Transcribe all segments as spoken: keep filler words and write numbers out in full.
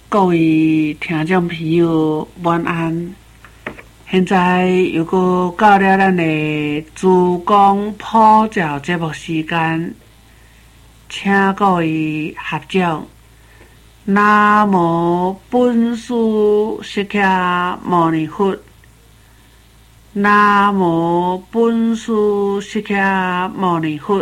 各位听众朋友，晚安。现在又搁到了咱的珠江普教节目时间，请各位合掌。南无本师释迦牟尼佛。南无本师释迦牟尼佛。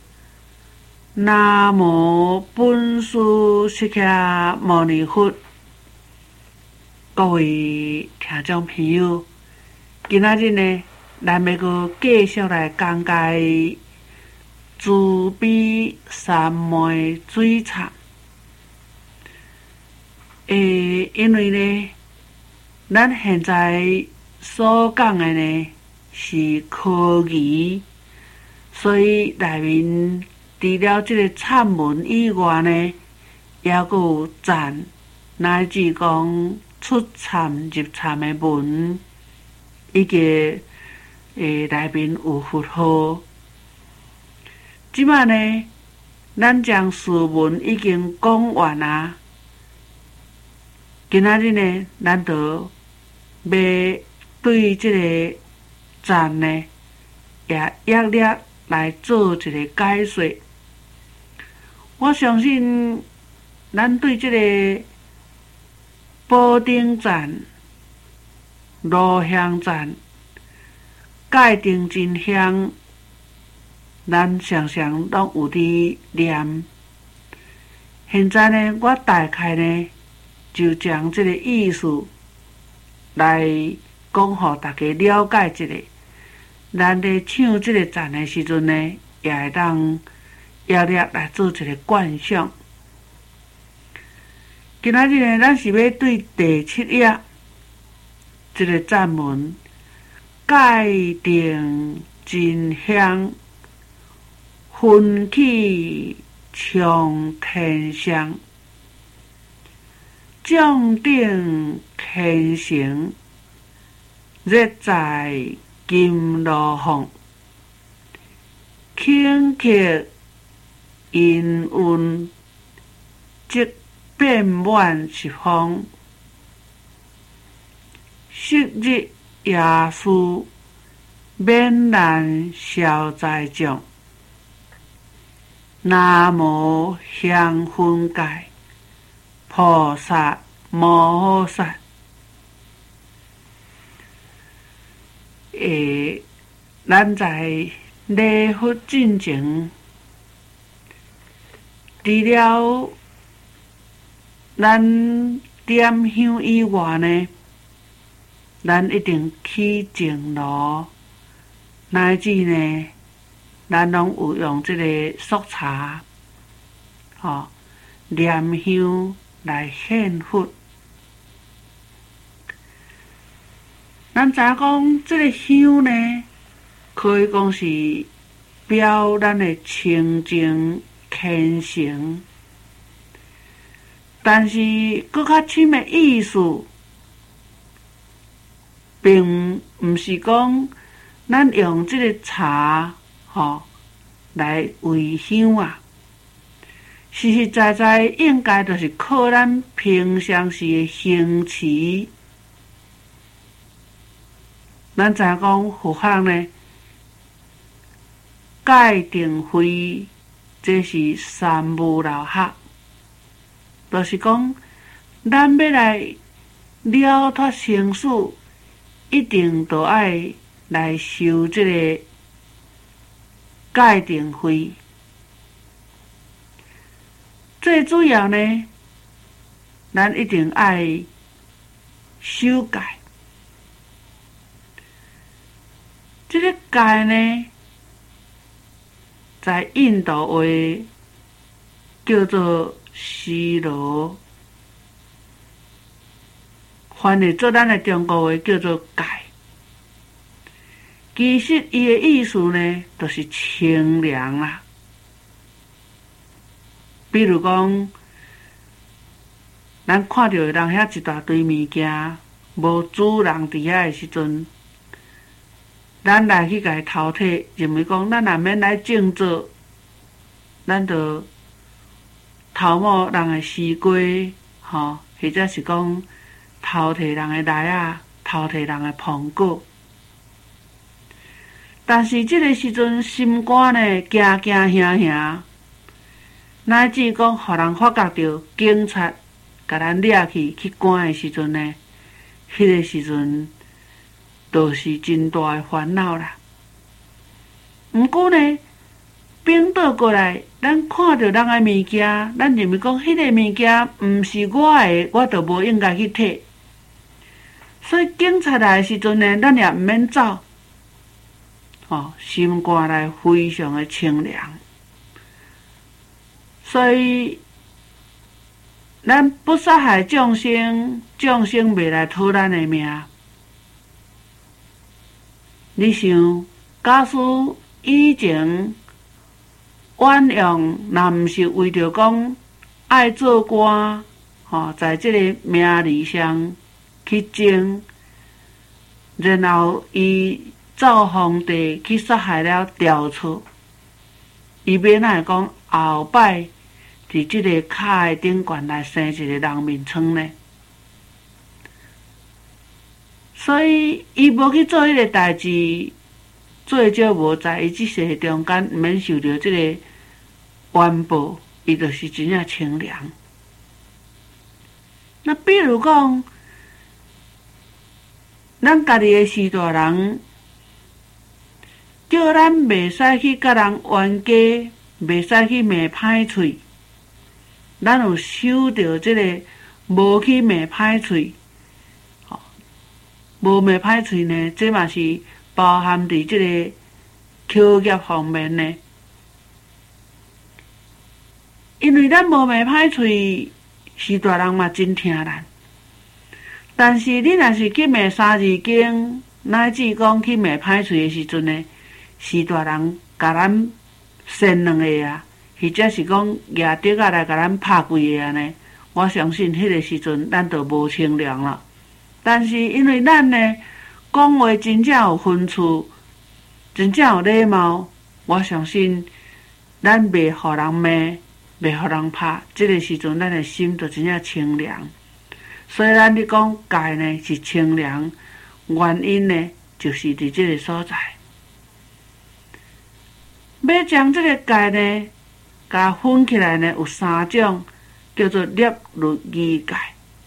南无本师释迦牟尼佛。各位听众朋友，今仔日呢，咱要阁继续来讲解慈悲三昧水忏。诶，因为呢，咱现在所讲的呢是科仪，所以内面除了这个忏文以外呢，也阁有赞，乃至讲出忏入忏的文，以及诶内面有佛号。即摆呢，咱将事文已经讲完啊。今仔日呢，咱就要对这个赞呢，也约略来做一个解说。我相信，咱对这个宝顶赞、罗香赞、戒定真香，咱常常拢有伫念。现在呢，我大概呢，就将这个意思来讲，互大家了解一下。咱咧唱这个赞的时阵呢，也会当约略来做一个观想。今仔日呢，咱是要对第七页这个赞文戒定真香，奋起冲天上，将顶虔诚，热在金罗凤，顷刻因运，即遍满十方。昔日耶稣免难消灾障，南无香薰界菩萨摩诃萨。诶，咱在礼佛进前，除了咱点香以外呢，咱一定起净炉，乃至呢，咱拢有用这个素茶，吼、哦，念香来献佛。咱知影讲，这个香呢，可以讲是表咱的清净虔诚，但是搁较深的意思，并毋是讲咱用这个茶吼、哦、来为香啊，实实在在应该就是靠咱平常时的行持。咱知影讲佛学呢，戒定慧，这是三无漏学，就是讲咱要来了脱生死，一定都爱来修这个戒定慧。最主要呢，咱一定爱守戒。这个戒呢，在印度话叫做毗罗，翻译做咱的中国话叫做戒。其实伊的意思呢，就是清凉啦。比如讲，咱看到人遐一大堆物件，无主人伫遐的时阵，咱来去甲伊偷摕，认为讲咱若免来种做，咱就偷摸人的西瓜， 吼，或者是讲偷摕人诶梨仔，偷摕人诶苹果。但是即个时阵心肝呢，惊惊吓吓，乃至讲互人发觉到警察甲咱掠去去关诶时阵呢，迄个时阵就是真大诶烦恼啦。毋过呢，反倒过来，咱看到人诶物件，咱认为讲迄个物件毋是我诶，我就无应该去摕。所以警察来诶时阵呢，咱也毋免走。哦，心肝内非常的清凉，所以咱不杀害众生，众生袂来讨咱的命。你想，假使以前婉容，若毋是为着讲爱做官，吼、哦，在即个名利上去争，然后伊。赵皇帝去杀害了刁出，伊免哪会讲后摆伫即个脚的顶悬来生一个人面疮呢？所以伊无去做迄个代志，最少无在伊即世中间免受到即个冤报，伊就是真正清凉。那比如讲，咱家己的士大人。叫咱袂使去甲人冤家，袂使去骂歹喙。咱有守着即个无去骂歹喙，吼，无骂歹喙呢，这嘛是包含伫即个口业方面呢。因为咱无骂歹喙，是大人嘛真疼咱。但是你若是去骂三字经，乃至讲去骂歹喙的时阵呢？是大人甲咱扇两下啊，或者是讲举竹仔来甲咱拍几下呢？我相信迄个时阵咱就无清凉了。但是因为咱呢讲话真正有分寸，真正有礼貌，我相信咱袂互人骂，袂互人拍，即、这个时阵咱的心就真正清凉。所以咱咧讲戒呢是清凉，原因呢就是伫即个所在。要将这个戒呢，甲分起来呢，有三种，叫做律律仪戒。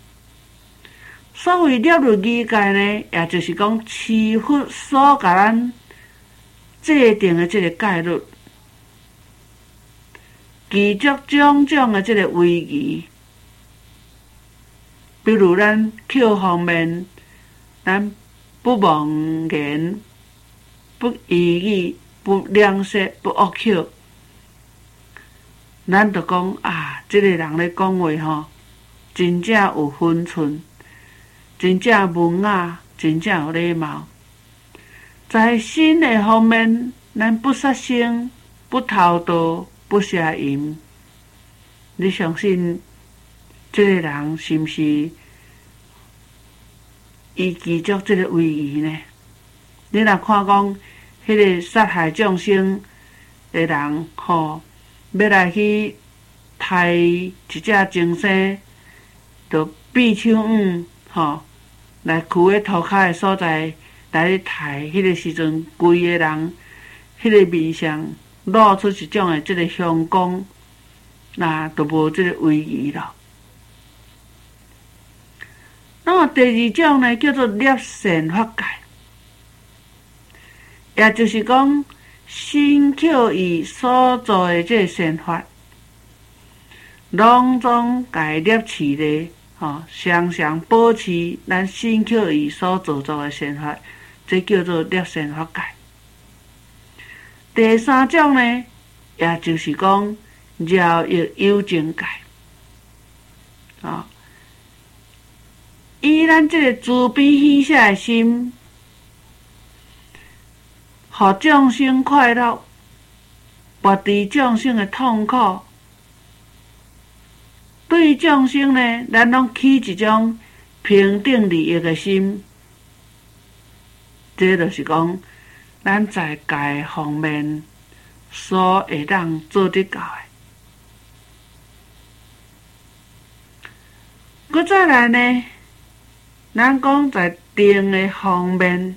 所谓律律仪戒呢，也就是讲师父所甲咱制定的这个戒律，记住种种的这个威仪。比如咱口方面，咱不妄言，不绮语。不两舌，不恶口，咱就讲啊，这个人咧讲话吼，真正有分寸，真正文雅，真正有礼貌。在身的方面，咱不杀生，不偷盗，不邪淫。你相信这个人是毋是伊记住这个威仪呢？你若看讲。迄个杀害众生的人，吼，要来去杀一只精生，就闭手眼，吼，来跍咧涂骹的所在来咧杀。迄个时阵，规个人，迄个面上露出一种的即个凶光，那就无即个威仪了。那么第二种呢，叫做立善法戒。也就是讲，身口意所做的这个善法，拢总家立持咧，吼，常常保持咱身口意所做作的善法，这叫做立善法戒。第三种呢，也就是讲饶益有情戒，啊，以咱这个慈悲喜舍的心。互众生快乐，拔除众生的痛苦。对众生呢，咱拢起一种平等利益的心。这就是讲，咱在戒方面所会当做得到的。 搁再来呢，咱讲在定的方面，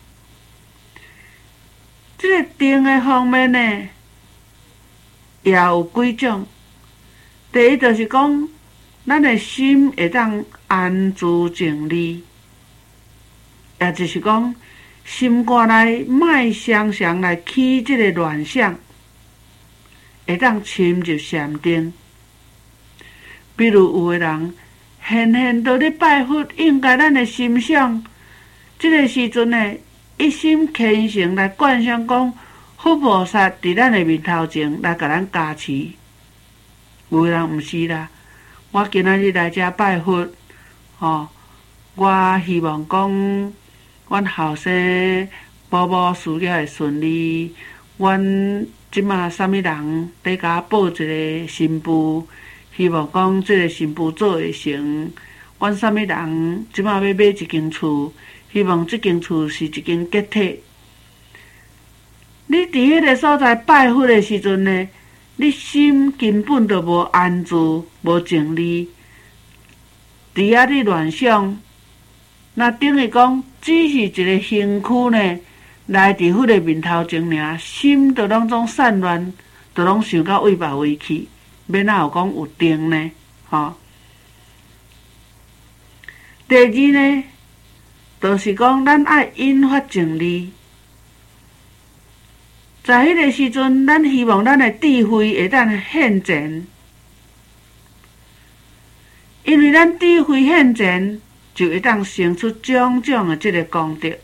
即、这个定的方面呢，也有几种。第一就是讲，咱的心会当安住静理，也就是讲，心肝内莫常常来起即个乱想，会当深入禅定。比如有个人现现都咧拜佛，应该咱的心想，即、这个时阵呢，一心虔诚来观想讲，佛菩萨伫咱的面头前来甲咱加持。有个人毋是啦，我今仔日来遮拜佛，吼、哦，我希望讲，阮后生某某事业会顺利，阮即马啥物人咧甲我报一个新妇，希望讲即个新妇做会成。阮啥物人即马要买一间厝，希望即间厝是一间结体。你伫迄个所在拜佛的时阵呢，你心根本就无安住，无静理，伫遐你乱想，那等于讲只是一个身躯呢，来伫佛的面头前尔，心就拢总散乱，就拢想到为吧为去，要哪有讲有定呢？吼、哦。第二呢，就是讲咱爱引发静理。在迄个时阵，咱希望咱的智慧会当现前，因为咱智慧现前，就会当生出种种的即个功德。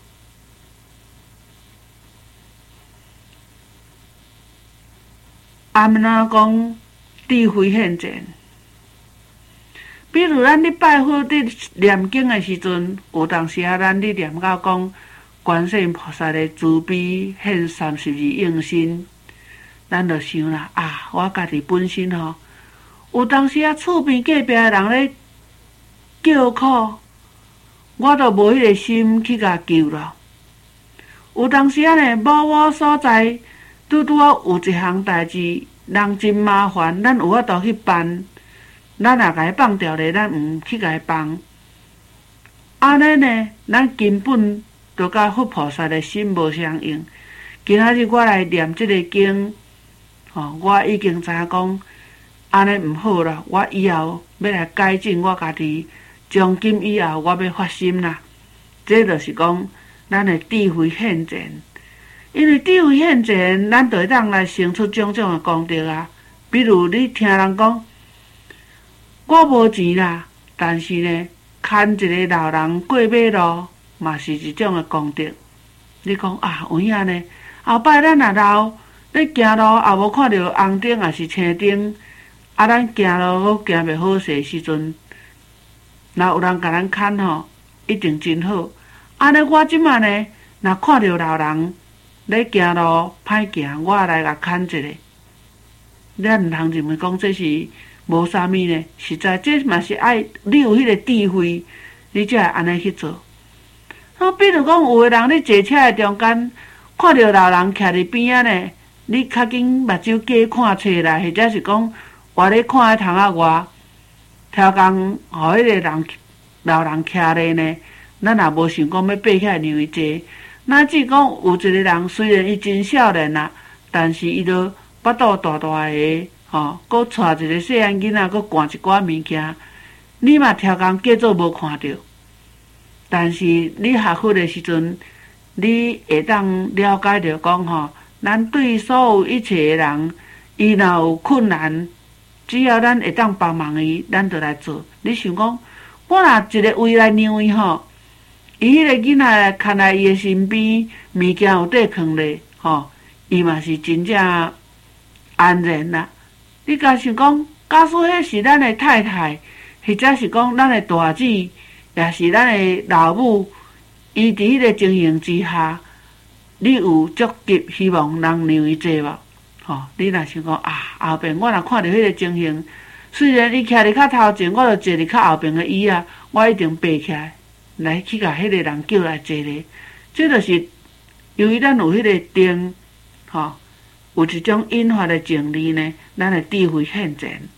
安怎讲智慧现前？比如咱咧拜佛、咧念经的时阵，有当时啊，咱咧念到讲，观世音菩萨的慈悲现三十二应身，咱就想啦啊，我家己本身吼，有当时啊，厝边隔壁的人咧叫苦，我都无迄个心去甲救咯。有当时啊呢，某某所在拄拄啊有一项代志，人真麻烦，咱有法度去办，咱若甲伊放掉咧，咱毋去甲伊帮。安尼呢，咱根本就甲佛菩萨的心无相应。今仔日我来念即个经，吼、哦，我已经知影讲，安尼毋好啦。我以后要来改进我家己，从今以后我要发心啦。这就是讲，咱的智慧现前。因为智慧现前，咱就会当来生出种种的功德啊。比如你听人讲，我无钱啦，但是呢，牵一个老人过马路，嘛是一种的功德。你讲啊，有影呢？后摆咱若老，咧行路也无看到红灯也是青灯，啊，咱行路搁行袂好势时阵，若有人甲咱牵吼，一定真好。安尼我即马呢，若看到老人咧行路歹行，我来甲牵一个。咱毋通认为讲这是无啥物呢？实在这嘛是爱你有迄个智慧，你才会安尼去做。啊，比如讲，有个人咧坐车的中间，看到老人徛伫边仔呢，你较紧目睭加看册啦，或者是讲活咧看喺窗仔外，超工互迄个人老人徛咧呢，咱也无想讲要爬起来让伊坐。咱只讲有一个人，虽然伊真少年啦，但是伊都腹肚大大个，吼，搁带一个细汉囡仔，搁掼一寡物件，你嘛超工假做无看到。但是你学佛的时阵，你会当了解到讲吼，咱对所有一切的人，伊若有困难，只要咱会当帮忙伊，咱就来做。你想讲，我若一个位来让伊吼，伊迄个囡仔来牵来伊的身边，物件有地藏咧，吼，伊嘛是真正安然啦。你甲想讲，假使迄是咱的太太，或者是讲咱的大姊，也是咱的老母，伊伫迄个情形之下，你有足急希望人让伊坐无？吼、哦，你若想讲啊，后边我若看到迄个情形，虽然伊徛伫较头前，我就坐伫较后边的椅啊，我一定爬起来，来去甲迄个人叫来坐咧。这就是由于咱有迄个定，吼、哦，有一种引发的静理呢，咱的智慧现前，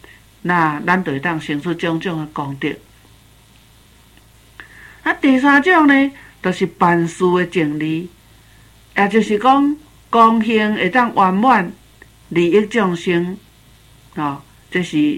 那咱就会当成出种种的功德。啊，第三种呢，就是办事的正理，也就是讲公行会当圆满利益众生，哦，这是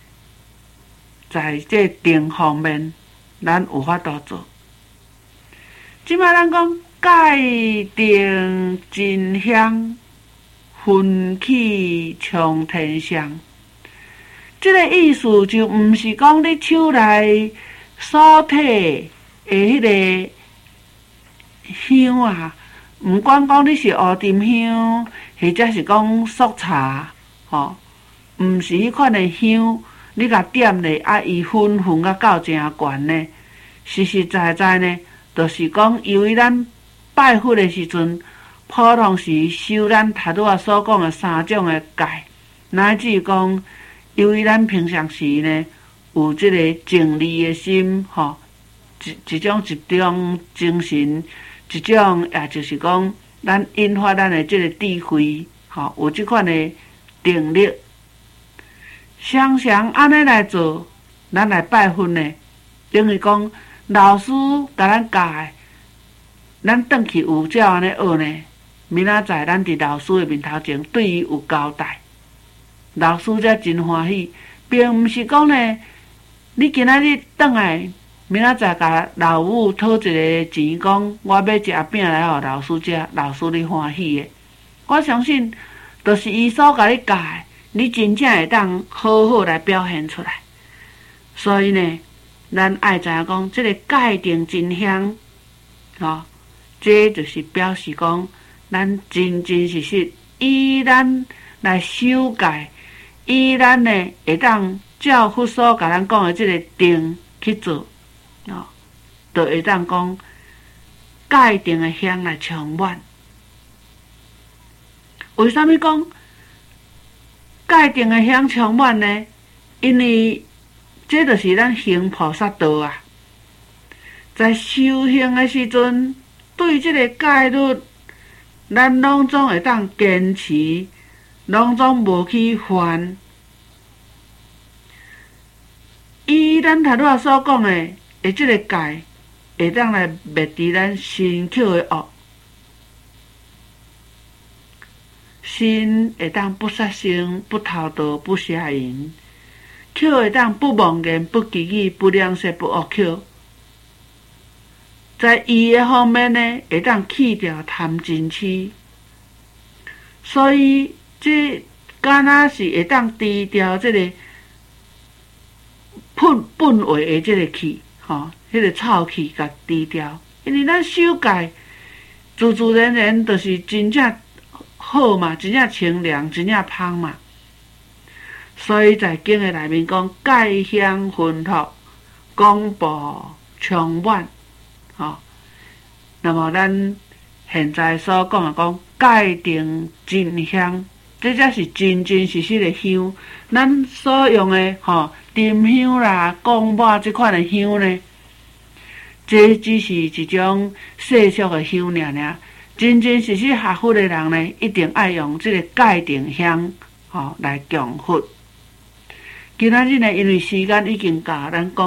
在这定方面，咱有法度做。即摆咱讲戒定真香，分起冲天香。即个意思就毋是讲你手内所摕的迄个香啊，毋管讲你是乌沉香，或者是讲素茶，吼，毋是迄款的香，你甲点咧，啊，伊熏熏甲到诚悬呢。实实在在呢，就是讲由于咱拜佛的时阵，普通是修咱头拄仔所讲的三种的戒，乃至讲由于咱平常时呢有即个正利的心，吼，一一种集中精神，一种也就是讲咱引发咱的即个智慧，吼，有即款的定力，常常安尼来做，咱来拜佛呢，等于讲老师甲咱教的，咱转去有照安尼学呢，明仔载咱伫老师的面头前对伊有交代，老师才真欢喜，并毋是讲呢，你今仔日转来，明仔载甲老母讨一个钱，讲我要食饼来互老师食，老师你欢喜的。我相信，就是伊所甲你教的，你真正会当好好来表现出来。所以呢，咱爱知影讲，即、这个戒定真香，吼，这就是表示讲，咱真真实实以咱来守戒，以咱呢会当照佛所甲咱讲的即个定去做，哦，就会当讲戒定的香来充满。为什么讲戒定的香充满呢？因为这就是咱行菩萨道啊，在修行的时阵，对这个戒律，咱拢总会当坚持，拢总无去犯。以咱头拄仔所讲的，的这个戒，会当来灭除咱身口的恶，心会当不杀生、不偷盗、不邪淫。口会当不妄言、不绮语、不两舌、不恶口，在意的方面呢，会当去掉贪嗔痴，所以这敢若是会当除掉这个粪粪味的这个气，吼，迄个臭气甲除掉。因为咱守戒，自自然然就是真正好嘛，真正清凉，真正芳嘛。所以在经的内面讲，戒香熏陶，广布充满，吼、哦。那么咱现在所讲的讲戒定真香，这才是真真实实的香。咱所用的吼沉香啦、广布这款的香呢，这只是一种世俗的香尔尔。真真实实学佛的人呢，一定爱用这个戒定香，吼、哦、来供佛。今仔日呢，因为时间已经到，咱讲。